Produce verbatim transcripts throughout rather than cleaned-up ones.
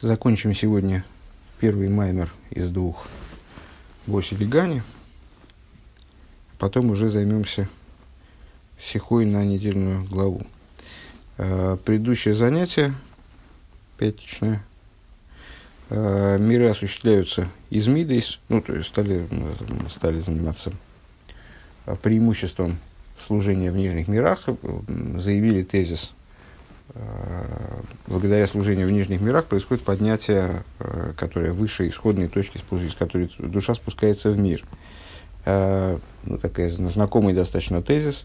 Закончим сегодня первый маймер из двух Боси Лигани. Потом уже займемся сихой на недельную главу. Э, предыдущее занятие, пятничное, э, миры осуществляются из Мидейс, ну, то есть стали, стали заниматься преимуществом служения в нижних мирах, заявили тезис: благодаря служению в нижних мирах происходит поднятие, которое выше исходной точки, из которой душа спускается в мир. Ну, такой знакомый достаточно тезис,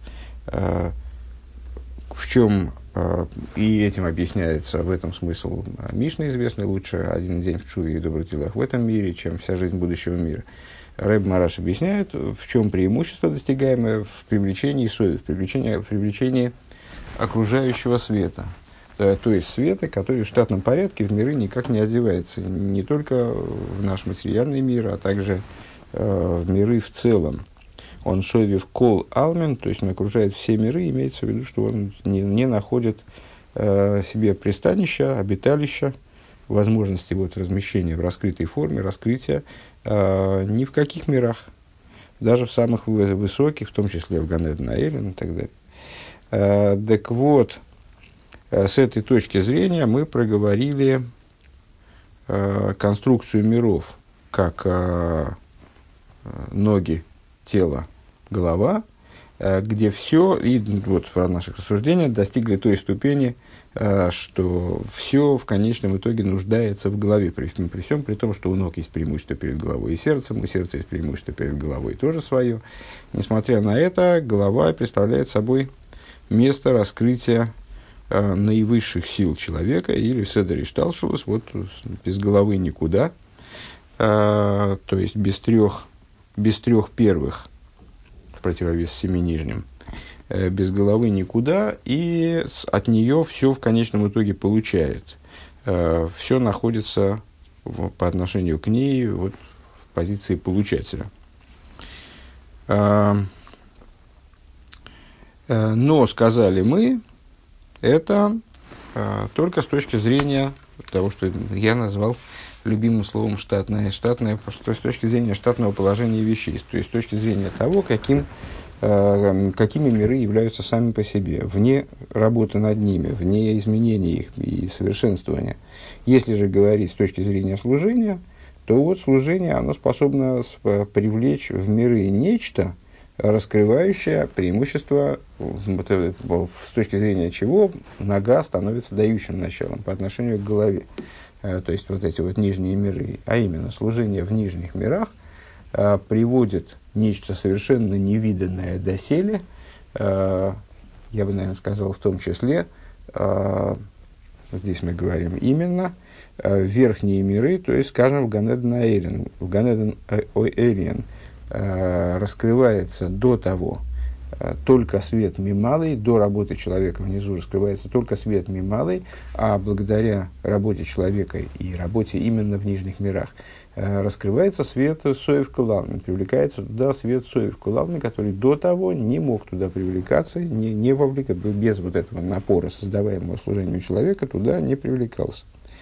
в чем и этим объясняется в этом смысл Мишны известный: лучше один день в чуве и добрых делах в этом мире, чем вся жизнь будущего мира. Рэб Мараш объясняет, в чем преимущество, достигаемое в привлечении сови, в привлечении, в привлечении окружающего света, то есть света, который в штатном порядке в миры никак не одевается, не только в наш материальный мир, а также э, в миры в целом. Он совев кол алмен, то есть он окружает все миры, имеется в виду, что он не, не находит э, себе пристанища, обиталища, возможности вот, размещения в раскрытой форме, раскрытия э, ни в каких мирах, даже в самых высоких, в том числе в Ганеден Аэлен и так далее. Uh, так вот, uh, с этой точки зрения мы проговорили uh, конструкцию миров как uh, ноги, тело, голова, uh, где все, и вот в наших рассуждениях достигли той ступени, uh, что все в конечном итоге нуждается в голове, при, при всем при том, что у ног есть преимущество перед головой и сердцем, у сердца есть преимущество перед головой тоже свое. Несмотря на это, голова представляет собой место раскрытия э, наивысших сил человека, или седер ишталшелус, вот без головы никуда, э, то есть без трех, без трех первых, в противовес семи нижним, э, без головы никуда, и с, от нее все в конечном итоге получает. Э, все находится в, по отношению к ней вот, в позиции получателя. Э, Но, сказали мы, это а, только с точки зрения того, что я назвал любимым словом штатное, штатное, с точки зрения штатного положения вещей, то есть с точки зрения того, каким, а, какими миры являются сами по себе, вне работы над ними, вне изменения их и совершенствования. Если же говорить с точки зрения служения, то вот служение, оно способно привлечь в миры нечто, раскрывающее преимущество, с точки зрения чего нога становится дающим началом по отношению к голове. То есть вот эти вот нижние миры, а именно служение в нижних мирах, приводит нечто совершенно невиданное доселе, я бы, наверное, сказал в том числе, здесь мы говорим именно, верхние миры, то есть, скажем, в Ганеден Аэлен, в Ганеден Аэлен раскрывается до того только свет мималый, до работы человека внизу раскрывается только свет мималый, а благодаря работе человека и работе именно в нижних мирах раскрывается свет соев кулалми, привлекается туда свет соев кулалми, который до того не мог туда привлекаться, не, не вовлекать, без вот этого напора, создаваемого служением человека, туда не привлекался.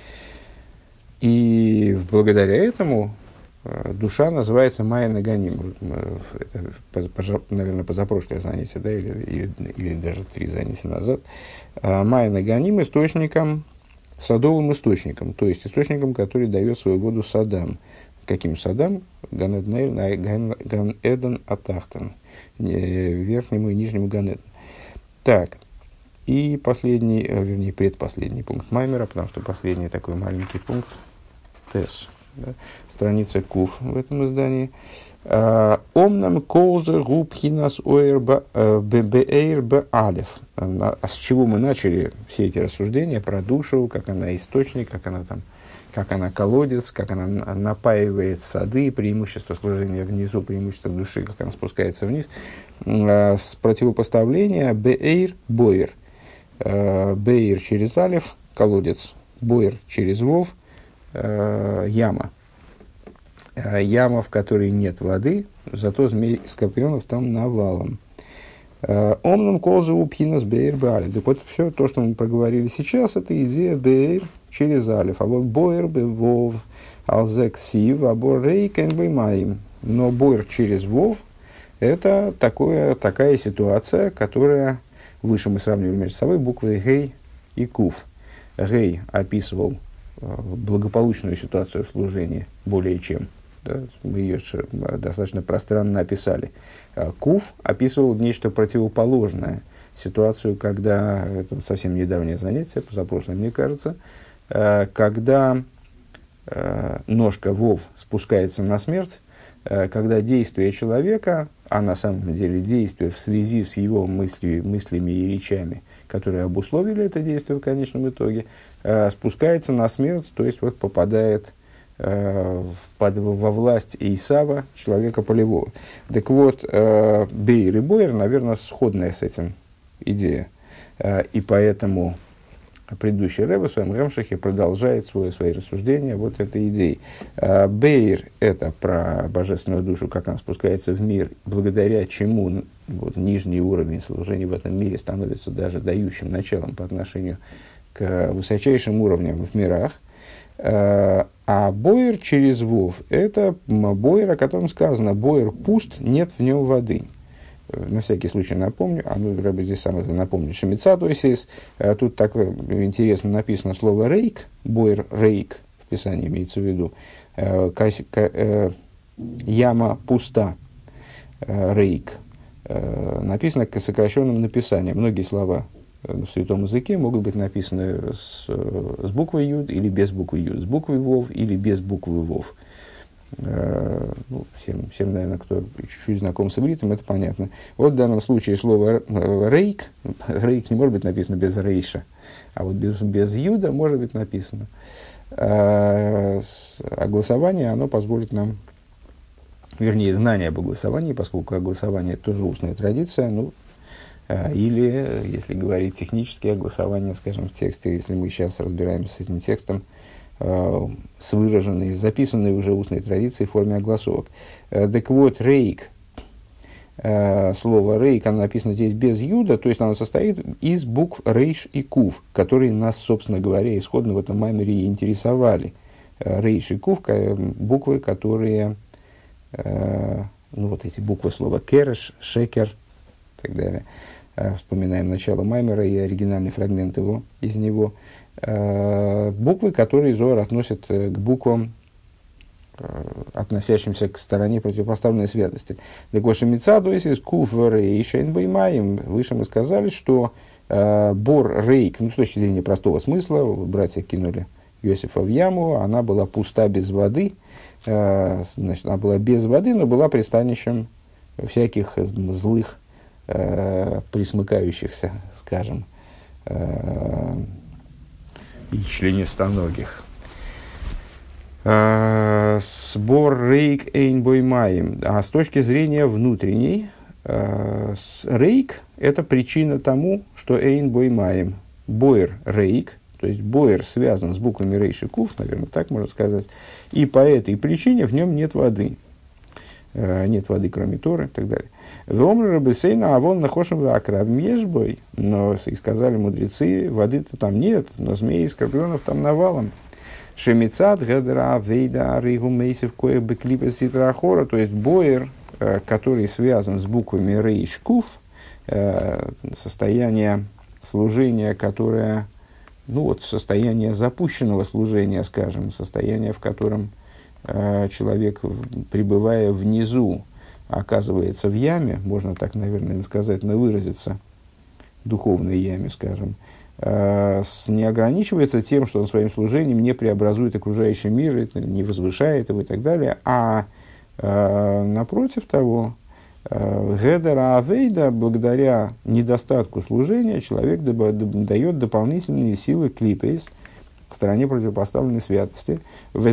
И благодаря этому душа называется Майя Наганим. Это, наверное, позапрошлое занятие, да, или, или, или даже три занятия назад. Майя Наганим источником, садовым источником, то есть источником, который дает свою воду садам. Каким садам? Ган-Эден Атахтан, верхнему и нижнему Ган-Эден. Так, и последний, вернее, предпоследний пункт Маймера, потому что последний такой маленький пункт, Тес. Да, страница Куф в этом издании. Омнам коуза губхинас оэр бэйр бэ алев. А с чего мы начали все эти рассуждения про душу, как она источник, как она там, как она колодец, как она напаивает сады, преимущество служения внизу, преимущество души, как она спускается вниз. С противопоставления бэйр бойр. Бэйр через алев, колодец, бойр через вов, яма. Яма, в которой нет воды, зато змей скорпионов там навалом. Омном колзу пхинас бэйр баали. Так вот, все то, что мы проговорили сейчас, это идея бэйр через алиф, а вот бойр бы вов, алзек сив, а бо рейк эн беймаим. Но бойр через вов – это такое, такая ситуация, которая, выше мы сравнивали между собой буквы гей и кув. Гей описывал э, благополучную ситуацию в служении более чем. Да, мы ее достаточно пространно описали. Кув описывал нечто противоположное. Ситуацию, когда, это совсем недавнее занятие, позапрошлое, мне кажется, когда ножка вов спускается на смерть, когда действие человека, а на самом деле действие в связи с его мысли, мыслями и речами, которые обусловили это действие в конечном итоге, спускается на смерть, то есть вот попадает Под, во власть Исава, человека полевого. Так вот, э, Бейр и Бойер, наверное, сходная с этим идея. Э, и поэтому предыдущий Ребе в своем Ремшахе продолжает свое, свои рассуждения вот этой идеей. Э, Бейр – это про божественную душу, как она спускается в мир, благодаря чему вот, нижний уровень служения в этом мире становится даже дающим началом по отношению к высочайшим уровням в мирах. А бойер через вов – это бойер, о котором сказано, бойер пуст, нет в нем воды. На всякий случай напомню, а ну, Рэбе здесь сам это напомнит, Шемица, то есть, тут так интересно написано слово рейк, бойер рейк, в Писании имеется в виду, яма пуста, рейк, написано сокращенным написанием. Многие слова в святом языке могут быть написаны с, с буквой Юд или без буквы Юд, с буквой Вов или без буквы Вов. Э, ну, всем, всем, наверное, кто чуть-чуть знаком с ивритом, это понятно. Вот в данном случае слово рейк, рейк не может быть написано без рейша, а вот без, без Юда может быть написано. А, а голосование, оно позволит нам, вернее, знание об огласовании, поскольку огласование – это тоже устная традиция, ну, или, если говорить технически, огласование, скажем, в тексте, если мы сейчас разбираемся с этим текстом, э, с выраженной, с записанной уже устной традицией в форме огласовок. Э, так вот, рейк, э, слово рейк, оно написано здесь без юда, то есть оно состоит из букв рейш и кув, которые нас, собственно говоря, исходно в этом маймере и интересовали. Э, рейш и кув, буквы, которые, э, ну вот эти буквы слова кереш, шекер и так далее. Вспоминаем начало Маймера и оригинальный фрагмент его, из него. Э, буквы, которые Зоар относит к буквам, э, относящимся к стороне противопоставленной святости. Так вот, Шемицаду, если с Куф Рейшен Баймаем, выше мы сказали, что э, Бор Рейк, ну, с точки зрения простого смысла, братья кинули Йосифа в яму, она была пуста без воды, э, значит, она была без воды, но была пристанищем всяких злых, Э, присмыкающихся, скажем, э, и членистоногих. Э, сбор рейк эйн боймаем. А с точки зрения внутренней, э, рейк – это причина тому, что эйн боймаем. Бойр рейк, то есть бойр связан с буквами рейш и кув, наверное, так можно сказать, и по этой причине в нем нет воды. Э, нет воды, кроме Торы и так далее. Но и сказали мудрецы, воды-то там нет, но змеи и скорпионов там навалом. Шемицат гадра вейда ригу мейсев кое беклипа ситрахора, то есть бойер, который связан с буквами рейш кув, состояние служения, которое, ну вот, состояние запущенного служения, скажем, состояние, в котором человек, пребывая внизу, оказывается в яме, можно так, наверное, сказать, но выразиться, духовной яме, скажем, э, с, не ограничивается тем, что он своим служением не преобразует окружающий мир, это не возвышает его и так далее, а э, напротив того, Гедера Авейда, благодаря недостатку служения, человек доб- доб- дает дополнительные силы клипейс, к стороне противопоставленной святости. В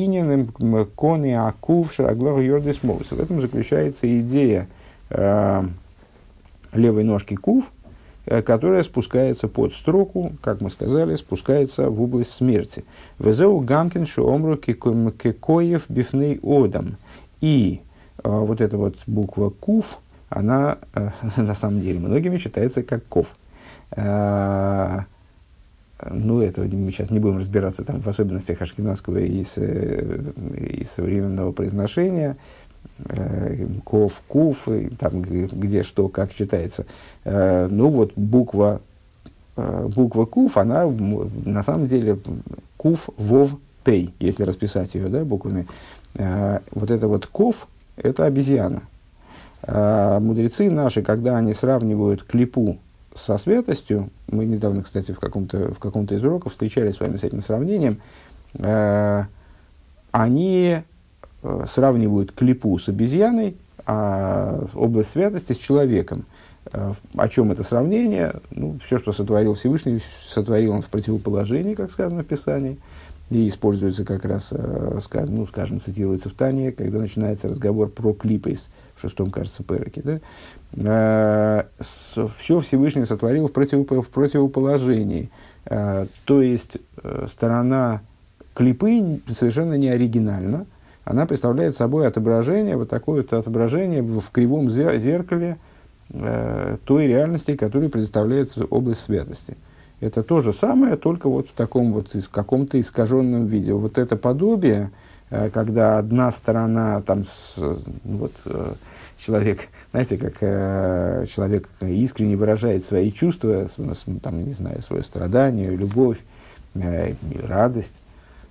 этом заключается идея э, левой ножки кув, э, которая спускается под строку, как мы сказали, спускается в область смерти. Везеу гамкин шоомру кекоев бифней одам. И э, вот эта вот буква кув, она э, на самом деле многими читается как ков. Э, ну, это мы сейчас не будем разбираться там, в особенностях ашкеназского и, с, и современного произношения, э, ков, куф, и там, где, где что, как читается. Э, ну, вот буква, э, буква куф, она на самом деле куф, вов, тей, если расписать ее, да, буквами. Э, вот это вот ков, это обезьяна. А мудрецы наши, когда они сравнивают клипу со святостью, мы недавно, кстати, в каком-то, в каком-то из уроков встречались с вами с этим сравнением, э, они э, сравнивают клипу с обезьяной, а область святости с человеком. Э, о чем это сравнение? Ну, все, что сотворил Всевышний, сотворил он в противоположении, как сказано в Писании, и используется как раз, э, скажем, ну, скажем, цитируется в Тане, когда начинается разговор про клипейс, в шестом, кажется, переке, да? Э, с, все Всевышний сотворил в, против, в противоположении. Э, то есть, э, сторона клипы совершенно не оригинальна. Она представляет собой отображение, вот такое вот отображение в, в кривом зеркале э, той реальности, которая представляется область святости. Это то же самое, только вот в таком вот в каком-то искаженном виде. Вот это подобие, э, когда одна сторона, там, с, вот, э, человек, знаете, как э, человек искренне выражает свои чувства, с, там, не знаю, свое страдание, любовь, э, радость,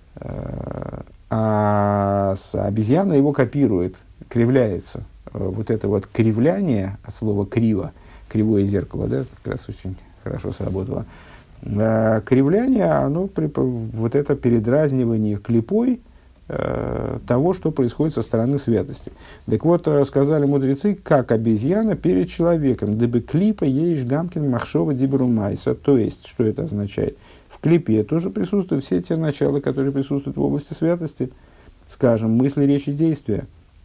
э, а обезьяна его копирует, кривляется. Вот это вот кривляние, от слова криво, кривое зеркало, да, как раз очень хорошо сработало. Э, кривляние, оно, при, вот это передразнивание клипой э, того, что происходит со стороны святости. Так вот, сказали мудрецы, как обезьяна перед человеком. Дабы клипа ейш гамкин махшова дибру майса. То есть, что это означает? В клипе тоже присутствуют все те начала, которые присутствуют в области святости. Скажем, мысли, речи, действия.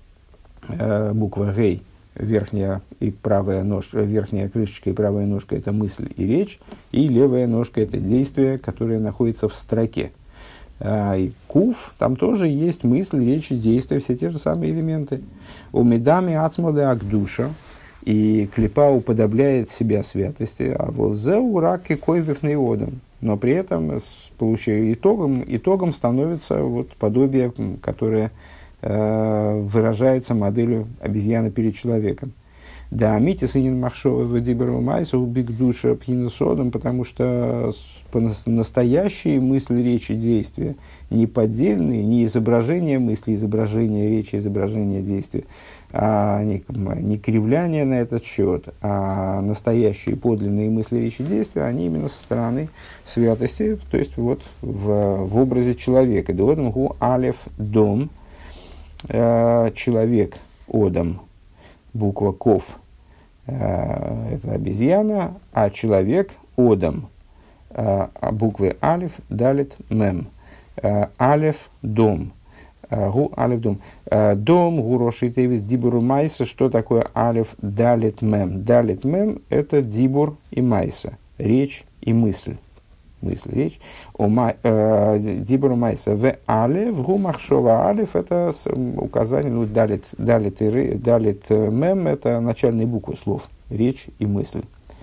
Э, буква гей. Верхняя и правая ножка, верхняя крышечка и правая ножка – это мысль и речь, и левая ножка – это действие, которое находится в строке. А, и куф, там тоже есть мысль, речь и действие, все те же самые элементы. У медами ацмоде акдуша, и клипа уподобляет себя святости, а вот зе урак и койвев неодом. Но при этом с, получая итогом, итогом становится вот подобие, которое выражается моделью обезьяны перед человеком. Да, митис инин махшова в диберу майсу биг душа пхинусодом, потому что настоящие мысли, речи, действия, не поддельные, не изображение мысли, изображение речи, изображение действия, а не, не кривляние на этот счет, а настоящие подлинные мысли, речи, действия, они именно со стороны святости, то есть вот в, в образе человека. Деодам гу алеф дом, человек одам, буква ков, это обезьяна, а человек одам, буквы алиф, далит, мем. Алеф дом, гу алеф дом. Дом, гу роши тевис, дибуру майса. Что такое алеф, далит, мем? Далит, мем – это дибур и майса, речь и мысль. Мысль, речь. Дибур майса в алеф, гу махшова. Алеф – это указание, ну, далит, далит, и, далит мем – это начальные буквы слов, речь и мысль.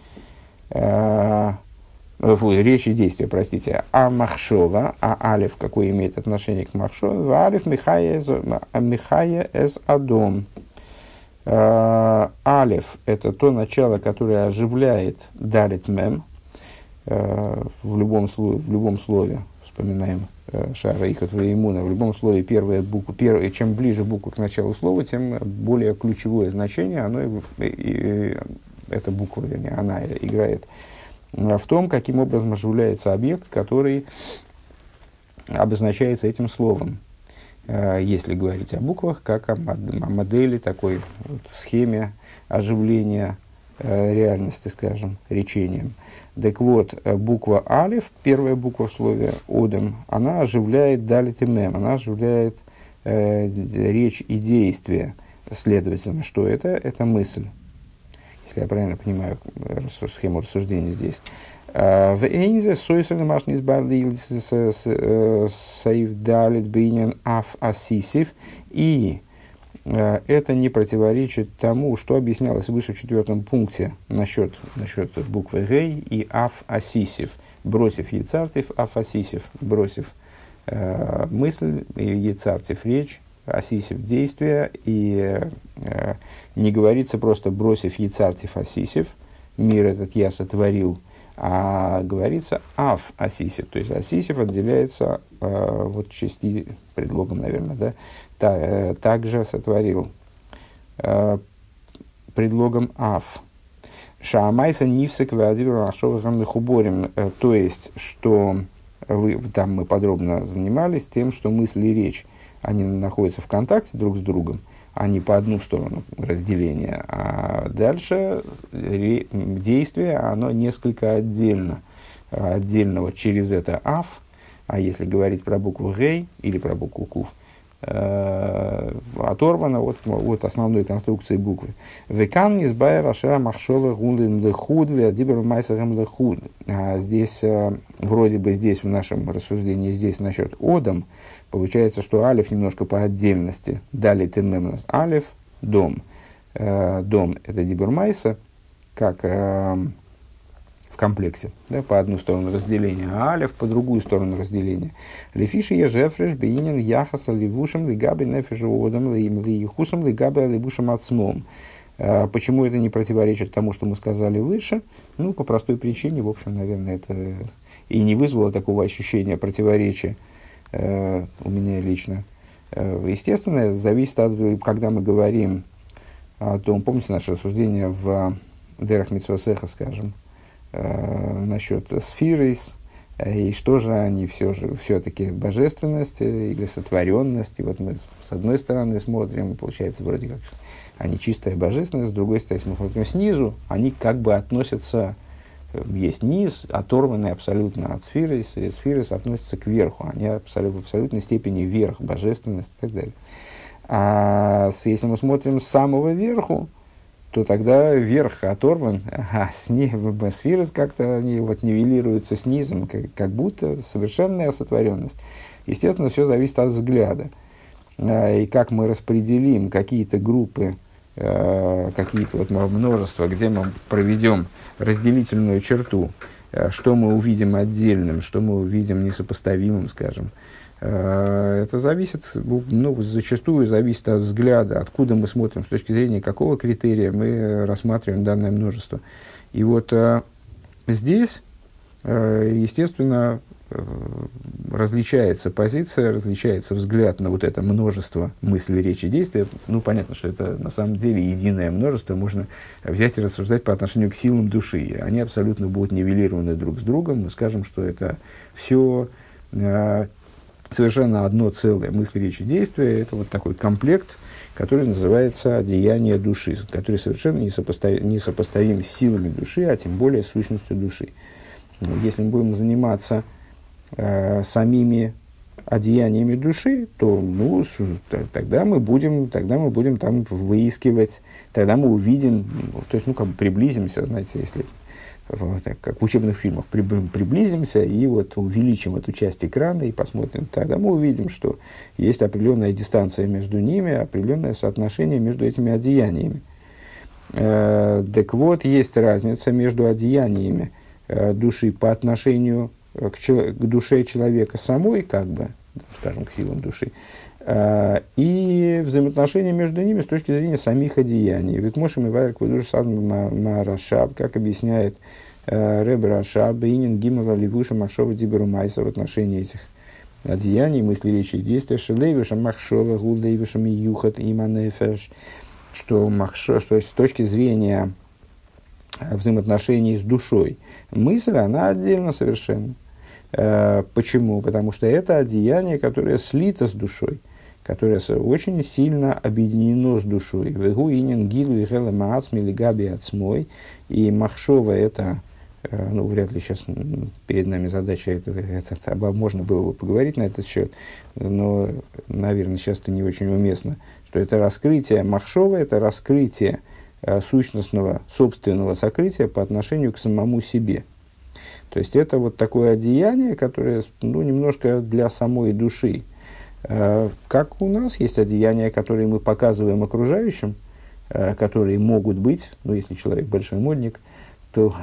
Фу, речь и действие, простите. А махшова, а алеф, какое имеет отношение к махшове? Алеф михая эс адом. Алеф – это то начало, которое оживляет далит мем. В любом, слове, в любом слове, вспоминаем Шара Ихот Ваимуна, в любом слове первая буква, первая, чем ближе буква к началу слова, тем более ключевое значение, оно, и, и, эта буква, вернее, она играет в том, каким образом оживляется объект, который обозначается этим словом. Если говорить о буквах, как о модели, такой вот схеме оживления реальности, скажем, речением. Так вот, буква алиф, первая буква в слове одем, она оживляет далит и мем, она оживляет э, речь и действие. Следовательно, что это? Это мысль. Если я правильно понимаю схему рассуждения здесь. В Эйнзе сойсен машни избавил саив далит бинен аф асисив, и это не противоречит тому, что объяснялось выше в четвертом пункте насчет, насчет буквы гей и аф асисив. бросив яцартив, афасисив, бросив э, мысль, и яцартив речь, асисив действие, и э, не говорится просто бросив яцартив, асисив, мир этот я сотворил, а говорится аф асисив, то есть асисив отделяется э, вот части, предлогом, наверное, да, та, э, также сотворил, э, предлогом аф. Шаамайса нивсек вадибер махшовахам лехуборим, то есть, что вы, там мы подробно занимались тем, что мысль и речь, они находятся в контакте друг с другом, они по одну сторону разделения, а дальше ре, действие, оно несколько отдельно, отдельного через это аф, а если говорить про букву гей или про букву кув, оторвано от, от основной конструкции буквы. Векан низбай рашера махшова гундем лехуд веадибер майсерем лехуд. А здесь, вроде бы здесь в нашем рассуждении, здесь насчет одам, получается, что алиф немножко по отдельности. Далее темем у нас алиф, дом. Дом – это дибер майса, как в комплексе, да, по одну сторону разделения, а алиф по другую сторону разделения. Лефиши ежефреш бейнин яхаса ливушем лигаби нефежу одам лихусом лигаби либушем ацмом. Почему это не противоречит тому, что мы сказали выше? Ну, по простой причине, в общем, наверное, это и не вызвало такого ощущения противоречия э, у меня лично. Э, естественно, это зависит от, когда мы говорим о том, помните наше рассуждение в Дерах Мицвасеха, скажем, Э, насчет сферы, э, и что же они все же, все-таки божественность э, или сотворенность. И вот мы с одной стороны смотрим, получается, вроде как они чистая божественность, с другой стороны, если мы смотрим снизу, они как бы относятся, э, есть низ, оторванный абсолютно от сферы, и сферы относятся к верху, они абсолютно, в абсолютной степени верх, божественность и так далее. А с, если мы смотрим с самого верху, то тогда верх оторван, а сферы как-то они вот нивелируются снизу, как, как будто совершенная сотворенность. Естественно, все зависит от взгляда. И как мы распределим какие-то группы, какие-то вот множества, где мы проведем разделительную черту, что мы увидим отдельным, что мы увидим несопоставимым, скажем. Это зависит, ну, зачастую зависит от взгляда, откуда мы смотрим, с точки зрения какого критерия мы рассматриваем данное множество. И вот э, здесь, э, естественно, э, различается позиция, различается взгляд на вот это множество мыслей, речи, действия. Ну, понятно, что это на самом деле единое множество, можно взять и рассуждать по отношению к силам души. Они абсолютно будут нивелированы друг с другом. Мы скажем, что это все... Э, совершенно одно целое мысли, речи, действия. Это вот такой комплект, который называется одеяние души, который совершенно несопоставим, несопоставим с силами души, а тем более с сущностью души. Если мы будем заниматься э, самими одеяниями души, то ну, тогда, мы будем, тогда мы будем там выискивать, тогда мы увидим, то есть ну, как бы приблизимся, знаете, если... Вот, как в учебных фильмах, приблизимся и вот увеличим эту часть экрана и посмотрим. Тогда мы увидим, что есть определенная дистанция между ними, определенное соотношение между этими одеяниями. Э, так вот, есть разница между одеяниями э, души по отношению к, чело- к душе человека самой, как бы, скажем, к силам души, э, и взаимоотношения между ними с точки зрения самих одеяний. Ведь можем и варик душ Рашаб, как объясняет э, Ребе Рашаб, Инин Гимела Левуша Махшова Диберу Майса в отношении этих одеяний, мысли, речи и действия, Шелевиша Махшова Гулдевиша Миюхат Иманефеш, что, махшо, что с точки зрения взаимоотношений с душой, мысль, она отдельно совершенно. Э, почему? Потому что это одеяние, которое слито с душой, которое очень сильно объединено с душой. Вегу инин гилу и гела маацми лигаби ацмой. И махшова это, э, ну, вряд ли сейчас перед нами задача, это, это, можно было бы поговорить на этот счет, но, наверное, сейчас это не очень уместно, что это раскрытие махшова, это раскрытие э, сущностного, собственного сокрытия по отношению к самому себе. То есть это вот такое одеяние, которое ну, немножко для самой души. Как у нас есть одеяния, которые мы показываем окружающим, которые могут быть, ну, если человек большой модник, то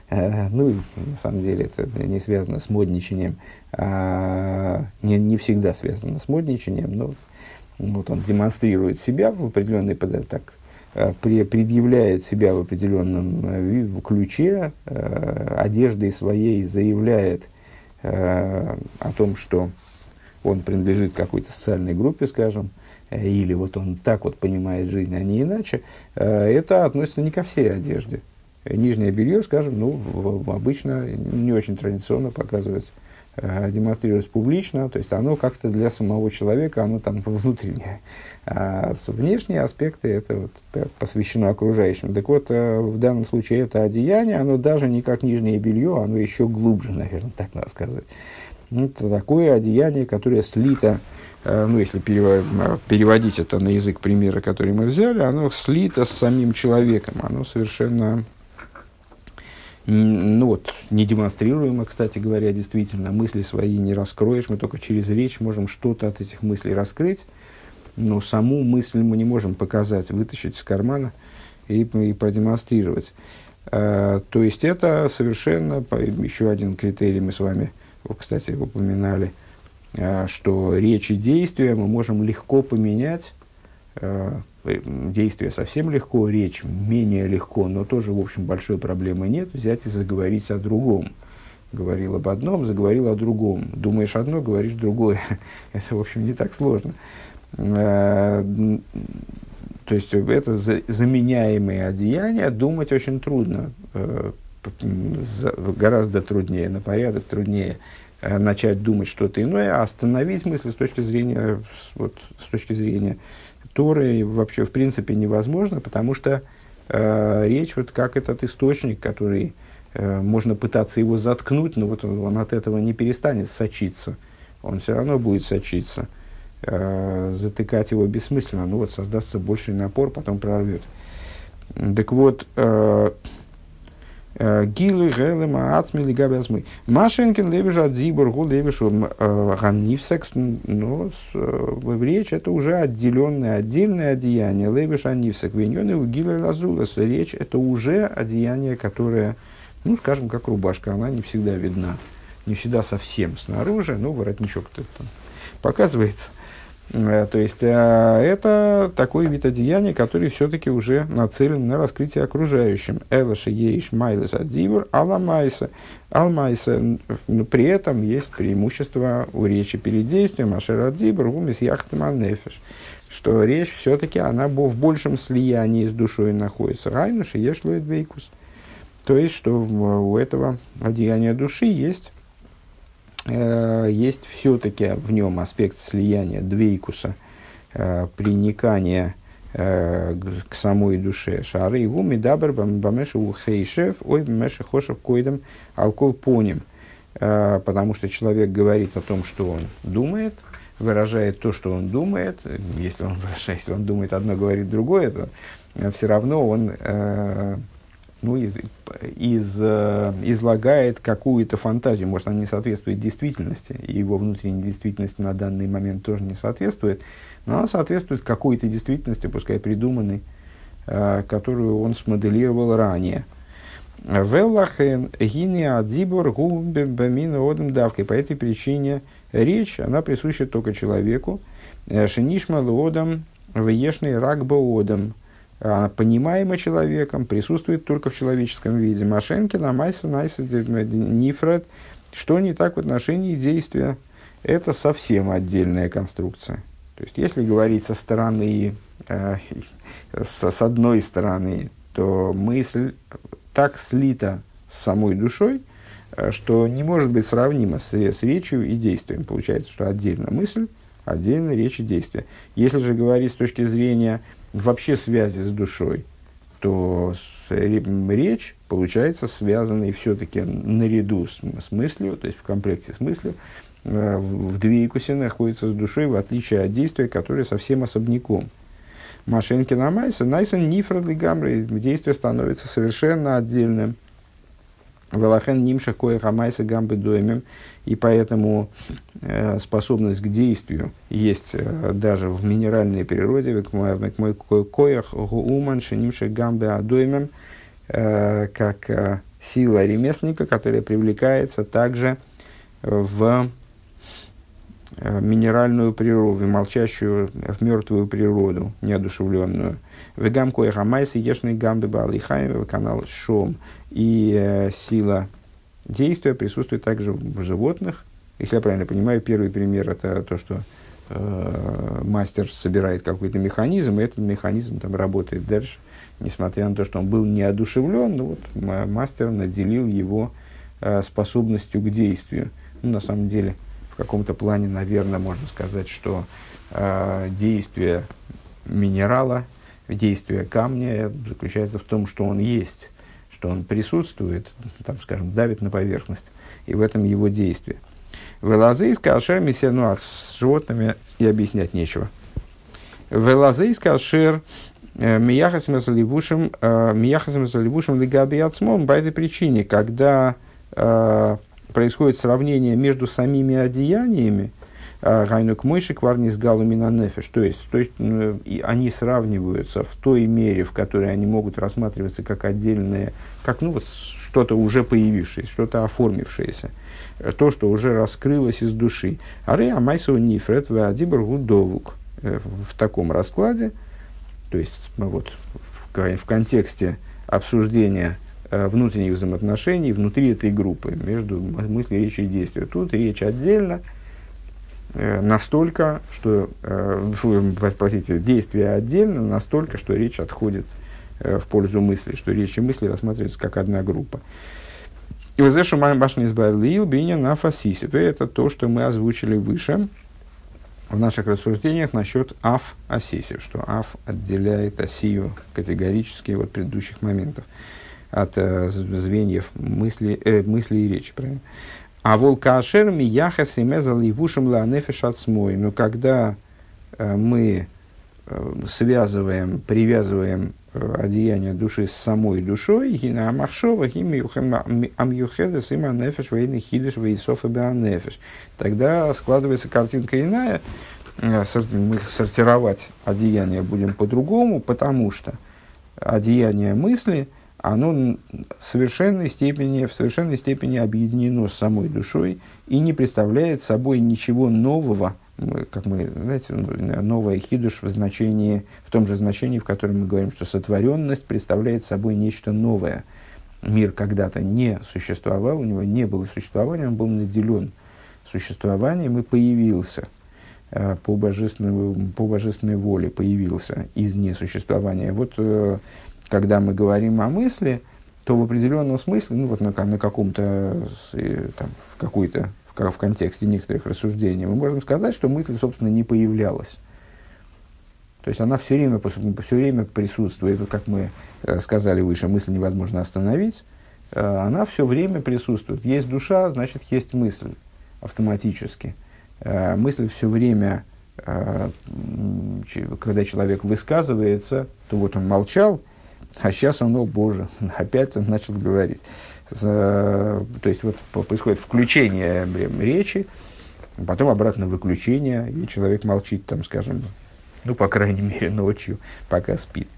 Э, ну, и на самом деле это не связано с модничанием, а, не, не всегда связано с модничанием, но вот он демонстрирует себя в определенной, так, э, при, предъявляет себя в определенном э, в ключе, э, одеждой своей заявляет э, о том, что он принадлежит какой-то социальной группе, скажем, э, или вот он так вот понимает жизнь, а не иначе, э, это относится не ко всей одежде. Нижнее белье, скажем, ну, в, в, обычно не очень традиционно показывается, э, демонстрируется публично, то есть оно как-то для самого человека, оно там внутреннее. А внешние аспекты это вот посвящено окружающим. Так вот, э, в данном случае это одеяние, оно даже не как нижнее белье, оно еще глубже, наверное, так надо сказать. Это такое одеяние, которое слито, э, ну, если переводить это на язык примера, который мы взяли, оно слито с самим человеком, оно совершенно... Ну вот, не демонстрируемо, кстати говоря, действительно, мысли свои не раскроешь, мы только через речь можем что-то от этих мыслей раскрыть, но саму мысль мы не можем показать, вытащить из кармана и, и продемонстрировать. А, то есть это совершенно, еще один критерий мы с вами, кстати, упоминали, а, что речь и действия мы можем легко поменять. А, действие совсем легко, речь менее легко, но тоже, в общем, большой проблемы нет, взять и заговорить о другом. Говорил об одном, заговорил о другом. Думаешь одно, говоришь другое. Это, в общем, не так сложно. То есть, это заменяемые одеяния, думать очень трудно. Гораздо труднее, на порядок труднее начать думать что-то иное, а остановить мысли с точки зрения, вот, с точки зрения Торы вообще в принципе невозможно, потому что э, речь вот как этот источник, который э, можно пытаться его заткнуть, но вот он, он от этого не перестанет сочиться, он все равно будет сочиться, э, затыкать его бессмысленно, ну вот создастся больший напор, потом прорвет. Так вот, э, Гилы, Гелема, Ацмили, Габиасмы. Машенкин левиш от Зибургу, левиш Ганнивсекс, но речь это уже отделенное, отдельное одеяние. Левиш Аннивсек, Виньоны, у Гилы Лазулас. Речь это уже одеяние, которое, ну скажем, как рубашка, она не всегда видна, не всегда совсем снаружи, ну воротничок-то там показывается. То есть, это такой вид одеяния, который все-таки уже нацелен на раскрытие окружающим. Элаши ейш майлес адивур аламайса. Алмайса. При этом есть преимущество у речи перед действием. Ашер адивур гумис яхтман нефеш. Что речь все-таки она в большем слиянии с душой находится. Райнуши ешлует вейкус. То есть, что у этого одеяния души есть... есть все-таки в нем аспект слияния, двейкуса, э, приникания э, к самой душе. Шары и гуми дабр бамеша ухейшев, ой бамеша хошев койдем алкол поним. Э, потому что человек говорит о том, что он думает, выражает то, что он думает. Если он выражает, если он думает одно, говорит другое, то э, все равно он... Э, ну, из, из, э, излагает какую-то фантазию. Может, она не соответствует действительности, и его внутренней действительности на данный момент тоже не соответствует, но она соответствует какой-то действительности, пускай придуманной, э, которую он смоделировал ранее. Веллахен гини адзибор губе бамина одем давкой. По этой причине речь, она присуща только человеку. Шенишма лодам вешный рак одам. Она понимаема человеком, присутствует только в человеческом виде. Машенкина, майса, найса, нифред. Что не так в отношении действия? Это совсем отдельная конструкция. То есть, если говорить со стороны, э, с, с одной стороны, то мысль так слита с самой душой, э, что не может быть сравнима с, с речью и действием. Получается, что отдельно мысль, отдельно речь и действие. Если же говорить с точки зрения вообще связи с душой, то с, речь получается связанной все-таки наряду с, с мыслью, то есть в комплекте с мыслью, э, в, в двейкусе находится с душой, в отличие от действия, которое совсем особняком. Машенкина майса, найсан нифрады гамры, действие становится совершенно отдельным. Велахен нимша кое хамайса гамбы доймем, и поэтому э, способность к действию есть э, даже в минеральной природе, к мой коях гууман нимша гамбы адоймем, как э, сила ремесленника, которая привлекается также в минеральную природу, в молчащую, в мертвую природу, неодушевленную. Вегам коэха майсы ешный гамбы балихаем канал шом. И э, сила действия присутствует также в животных. Если я правильно понимаю, первый пример это то, что э, мастер собирает какой-то механизм, и этот механизм там работает дальше, несмотря на то, что он был неодушевлен, но вот мастер наделил его э, способностью к действию. Ну, на самом деле, в каком-то плане, наверное, можно сказать, что э, действие минерала, действие камня заключается в том, что он есть, что он присутствует, там, скажем, давит на поверхность, и в этом его действие. Велазейс кашер миссия, ну, а с животными и объяснять нечего. Велазейс кашер мияхасим заливушим мияхасим заливушим лигаби ацмом по этой причине, когда э, происходит сравнение между самими одеяниями, гайнук мойши кварнис галумина нефеш, то есть, то есть ну, и они сравниваются в той мере, в которой они могут рассматриваться как отдельные, как ну, вот, что-то уже появившееся, что-то оформившееся, то, что уже раскрылось из души. Аре амайсу нифрет веадибр гудовук. В таком раскладе, то есть вот, в, в контексте обсуждения внутренних взаимоотношений внутри этой группы, между мыслью, речью и действием. Тут речь отдельно, э, настолько, что, э, простите, действие отдельно, настолько, что речь отходит э, в пользу мысли, что речь и мысли рассматриваются как одна группа. И вот здесь шумаем башни избавил биня на фасисе. Это то, что мы озвучили выше в наших рассуждениях насчет аф асисев, что аф отделяет асию категорически от предыдущих моментов, от э, звеньев мысли, э, мысли и речи. Правильно? А волкашер ми яхас и мезал и вушем ла нефеш ацмой. Но когда э, мы э, связываем, привязываем э, одеяние души с самой душой, гина амахшова гими амюхедес има нефеш вейны хидеш вейсоф и беанефеш, тогда складывается картинка иная. Э, мы сортировать одеяние будем по-другому, потому что одеяние мысли оно в совершенной степени, в совершенной степени объединено с самой душой и не представляет собой ничего нового, как мы, знаете, новое хидуш в значении, в том же значении, в котором мы говорим, что сотворенность представляет собой нечто новое. Мир когда-то не существовал, у него не было существования, он был наделен существованием и появился по божественной, по божественной воле, появился из несуществования. Вот когда мы говорим о мысли, то в определенном смысле, ну вот на, на каком-то, там, в какой-то, в, в контексте некоторых рассуждений, мы можем сказать, что мысль, собственно, не появлялась. То есть она все время, все время присутствует, как мы сказали выше, мысль невозможно остановить, она все время присутствует. Есть душа, значит, есть мысль автоматически. Мысль все время, когда человек высказывается, то вот он молчал, а сейчас он, о боже, опять он начал говорить. То есть вот происходит включение речи, потом обратно выключение, и человек молчит, там, скажем, ну, по крайней мере, ночью, пока спит.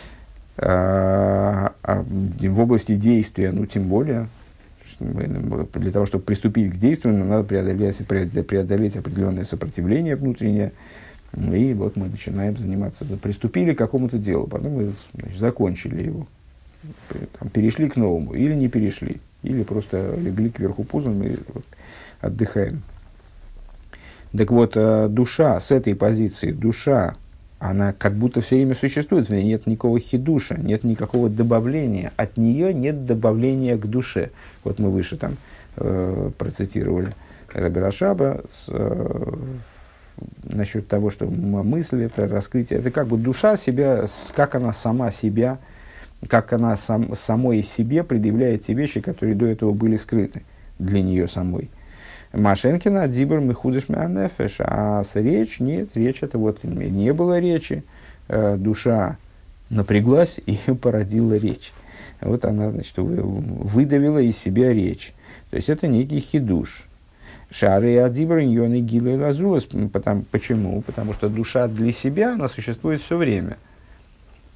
А, а в области действия, ну, тем более, для того, чтобы приступить к действию, нам надо преодолеть, преодолеть определенное сопротивление внутреннее. И вот мы начинаем заниматься. Приступили к какому-то делу, потом мы, значит, закончили его. Там, перешли к новому, или не перешли, или просто легли кверху пузом и вот, отдыхаем. Так вот, душа с этой позиции, душа, она как будто все время существует, в ней нет никакого хидуша, нет никакого добавления, от нее нет добавления к душе. Вот мы выше там э, процитировали Раби Рашаба с, э, насчет того, что мысль это раскрытие, это как бы душа себя, как она сама себя, как она сам, самой себе предъявляет те вещи, которые до этого были скрыты для нее самой. Машенкина дибр михудыш меанефеш, а с речь нет, речь это вот не было речи, э, душа напряглась и породила речь. Вот она, значит, выдавила из себя речь. То есть это некий хидуш. Шары адибр ньоны гилы лазулас. Почему? Потому что душа для себя, она существует все время.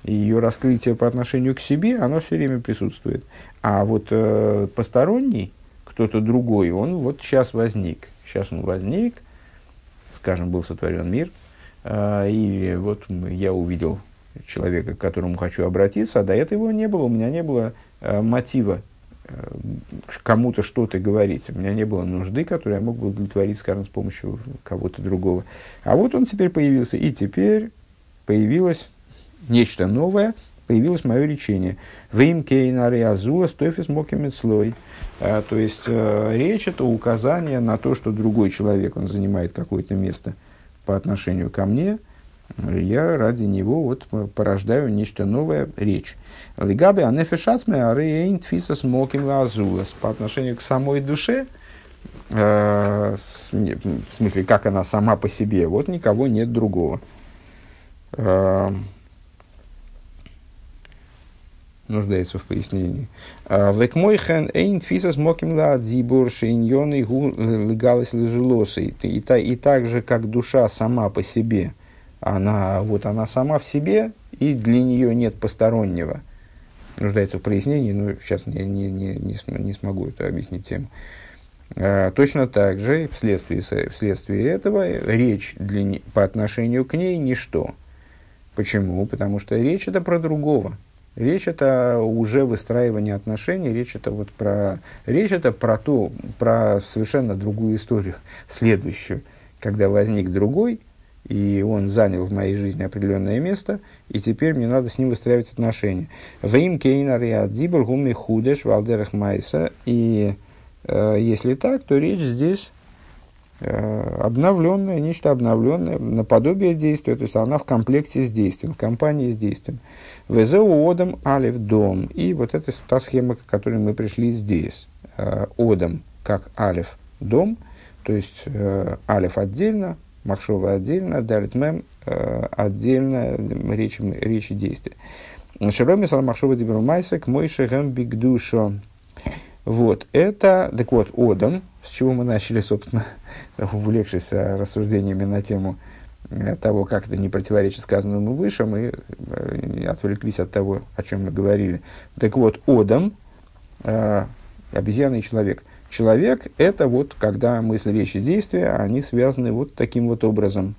ее раскрытие по отношению к себе, оно все время присутствует. А вот э, посторонний, кто-то другой, он вот сейчас возник. Сейчас он возник, скажем, был сотворен мир, э, и вот я увидел человека, к которому хочу обратиться, а до этого не было, у меня не было э, мотива э, кому-то что-то говорить, у меня не было нужды, которую я мог бы удовлетворить, скажем, с помощью кого-то другого. А вот он теперь появился, и теперь появилось нечто новое, появилось мое лечение. Вим кейнари азула стофис мокимецлой. То есть э, речь это указание на то, что другой человек, он занимает какое-то место по отношению ко мне. Я ради него вот порождаю нечто новое, речь. Лигаби анефешацме арейн тфисас моким азулас. По отношению к самой душе, э, в смысле, как она сама по себе, вот никого нет другого. Э, нуждается в пояснении. Векмойхен эйн тфисас моким ла дибур шейньоны гу легалис лежулосы. И так же, как душа сама по себе, она, вот она сама в себе, и для нее нет постороннего. Нуждается в прояснении, но сейчас я не, не, не, не смогу это объяснить тему. А, точно так же, вследствие, вследствие этого, речь для, по отношению к ней ничто. Почему? Потому что речь это про другого. Речь это уже выстраивание отношений, речь это вот про, речь это про то, про совершенно другую историю, следующую, когда возник другой, и он занял в моей жизни определенное место, и теперь мне надо с ним выстраивать отношения. Ваим кейнариад дибур гуми худеш валдерах майса. И э, если так, то речь здесь э, обновленная, нечто обновленное, наподобие действия, то есть она в комплекте с действием, в компании с действием. Везеу одам алев дом. И вот это та схема, к которой мы пришли здесь. Э, одам как алев дом, то есть э, алев отдельно, Махшова отдельно, Далит Мем э, отдельно, речь, речь и действия. Шероми сал Махшова дибру майсек мойше гэм бигдушо. Вот, это, так вот, Одам, с чего мы начали, собственно, увлекшись рассуждениями на тему того, как это не противоречит сказанному выше, мы отвлеклись от того, о чем мы говорили. Так вот, Одам, э, обезьяна и человек. Человек – это вот, когда мысли, речи, действия, они связаны вот таким вот образом.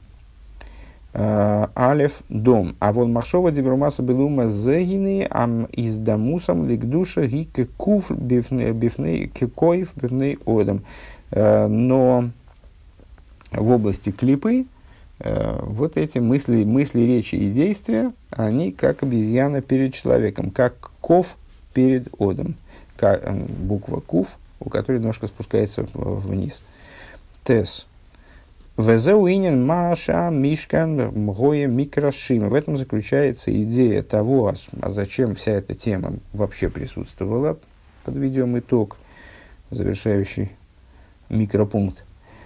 Алеф – дом. А вон махшова дибрумаса белума зегины ам издамусам ликдуша гике куф бифней кекоев бифней одам. Но в области клипы вот эти мысли, мысли, речи и действия, они как обезьяна перед человеком, как ков перед одом. Буква куф, у которой ножка спускается вниз. Тес. Везеуинен маша мишкан мгоя микрашим. В этом заключается идея того, а зачем вся эта тема вообще присутствовала. Подведем итог, завершающий микропункт.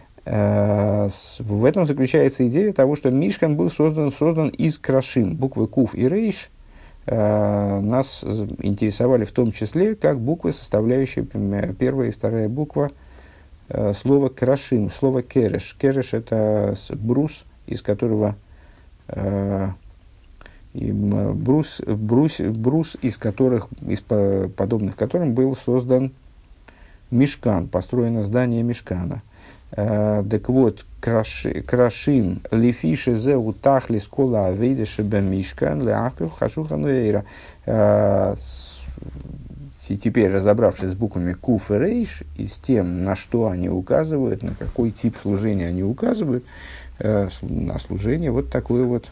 В этом заключается идея того, что мишкан был создан, создан из крашим. Буквы куф и рейш нас интересовали в том числе как буквы, составляющие первая и вторая буква слова крашим, слово кереш. Кереш – это брус, из которого брус, брус, брус из которых, из подобных которым был создан мишкан, построено здание мишкана. Так вот, крашим лифише зеу тахли скола авейдеше бемишкан леахпил хашухан вейра. И теперь, разобравшись с буквами куф и рейш и с тем, на что они указывают, на какой тип служения они указывают, на служение вот такое вот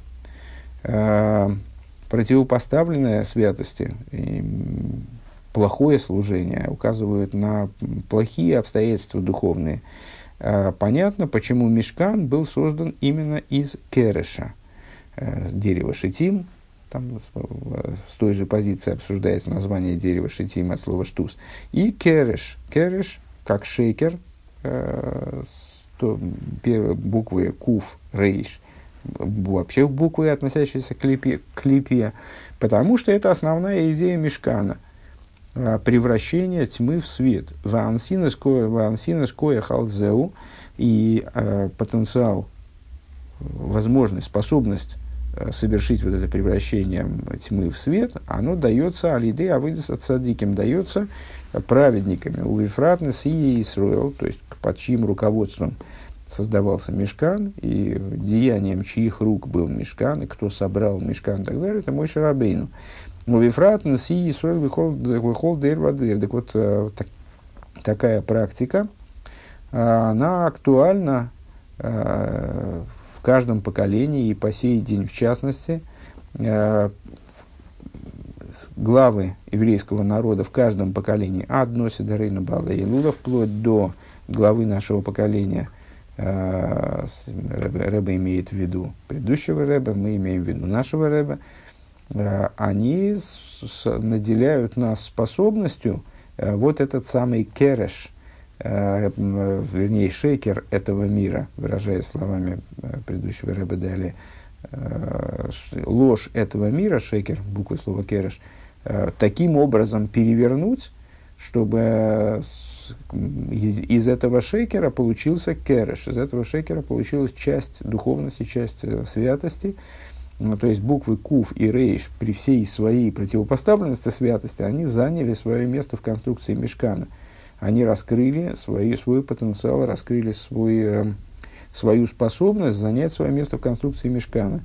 противопоставленное святости, плохое служение, указывают на плохие обстоятельства духовные. Понятно, почему мишкан был создан именно из кереша, дерева шитим. Там с той же позиции обсуждается название дерева шитим от слова штус. И кереш. Кереш, как шейкер, э, то, первые буквы куф, рейш, вообще буквы, относящиеся к липе, к липе, потому что это основная идея мишкана. Превращение тьмы в свет. Ваансинес коя халзеу. И э, потенциал, возможность, способность совершить вот это превращение тьмы в свет, оно дается алиды авойдес цадиким, дается праведниками. У Вифратнес и Исруэл, то есть под чьим руководством создавался мишкан, и деянием чьих рук был мишкан, и кто собрал мишкан и так далее, это Моше Рабейну. У Вифратнес и Исруэл выхол дейр вадейр. Так вот, так, такая практика, она актуальна в каждом поколении, и по сей день в частности, главы еврейского народа в каждом поколении от Носи до Рейна Бала Илула, вплоть до главы нашего поколения, Ребе имеет в виду предыдущего Ребе, мы имеем в виду нашего Ребе, они с, наделяют нас способностью вот этот самый кереш, вернее, шейкер этого мира, выражаясь словами предыдущего Ребе далее, ложь этого мира, шейкер, буквой слова кереш, таким образом перевернуть, чтобы из, из этого шейкера получился кереш, из этого шейкера получилась часть духовности, часть святости. Ну, то есть буквы куф и рейш при всей своей противопоставленности святости, они заняли свое место в конструкции мишкана. Они раскрыли свой, свой потенциал, раскрыли свой, э, свою способность занять свое место в конструкции мишкана.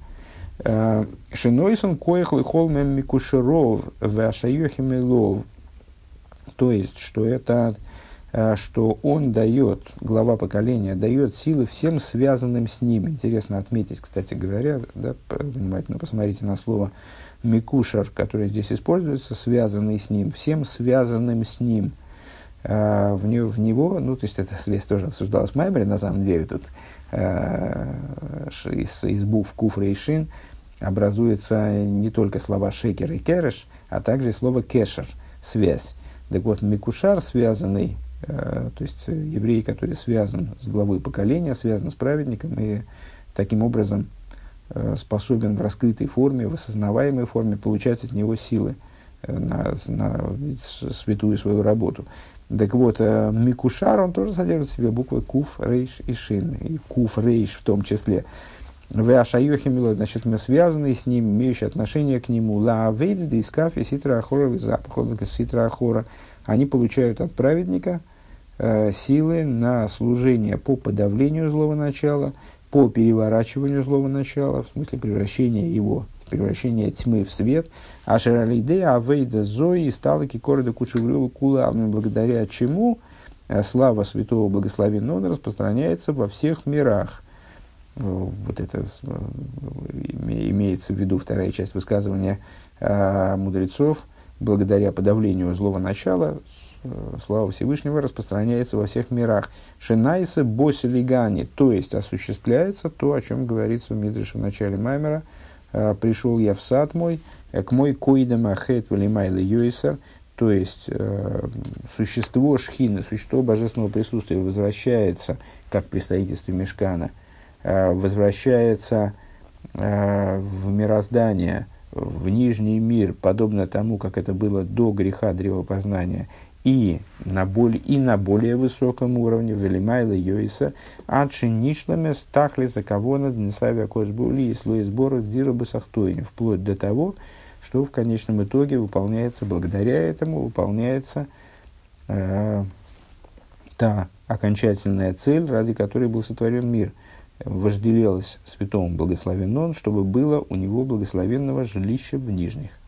Шинойсон коих лихол мем микушеров вашайохимелов. То есть, что это, э, что он дает, глава поколения, дает силы всем связанным с ним. Интересно отметить, кстати говоря, да, внимательно посмотрите на слово микушер, которое здесь используется, связанный с ним, всем связанным с ним. Uh, в, него, в него, ну, то есть, эта связь тоже обсуждалась в Маймере, на самом деле, тут uh, из, из букв куфра и шин образуются не только слова шекер и кереш, а также и слово кешер, связь. Так вот, микушар, связанный, uh, то есть, еврей, который связан с главой поколения, связан с праведником, и таким образом uh, способен в раскрытой форме, в осознаваемой форме получать от него силы uh, на, на святую свою работу. Так вот, э, микушар, он тоже содержит в себе буквы куф, рейш и шин, и куф, рейш в том числе. Веашайохимилой, значит, мы связаны с ним, имеющие отношение к нему. Ла авейды да искафи ситра ахора, запах ситра ахора. Они получают от праведника э, силы на служение по подавлению злого начала, по переворачиванию злого начала, в смысле превращения его, превращение тьмы в свет. А шаралидея авейда зои стала кикорода кучеврюла кула, благодаря чему слава святого благословенного он распространяется во всех мирах. Вот это имеется в виду вторая часть высказывания мудрецов. Благодаря подавлению злого начала слава Всевышнего распространяется во всех мирах. Шинайса босилигани, то есть осуществляется то, о чем говорится в Мидреше в начале Маймера. Пришел я в сад мой, к мой коидам ахет валимайла йойсер, то есть э, существо шхины, существо божественного присутствия возвращается, как при строительстве мишкана, э, возвращается э, в мироздание, в нижний мир, подобно тому, как это было до греха древопознания, и на, более, и на более высоком уровне, велимайла йойса, адши нишламе стахли за кого над несавия кошбули и слои сбора дирабы сахтойни, вплоть до того, что в конечном итоге выполняется, благодаря этому выполняется э, та окончательная цель, ради которой был сотворен мир. Вожделелось святому благословен он, чтобы было у него благословенного жилища в нижних.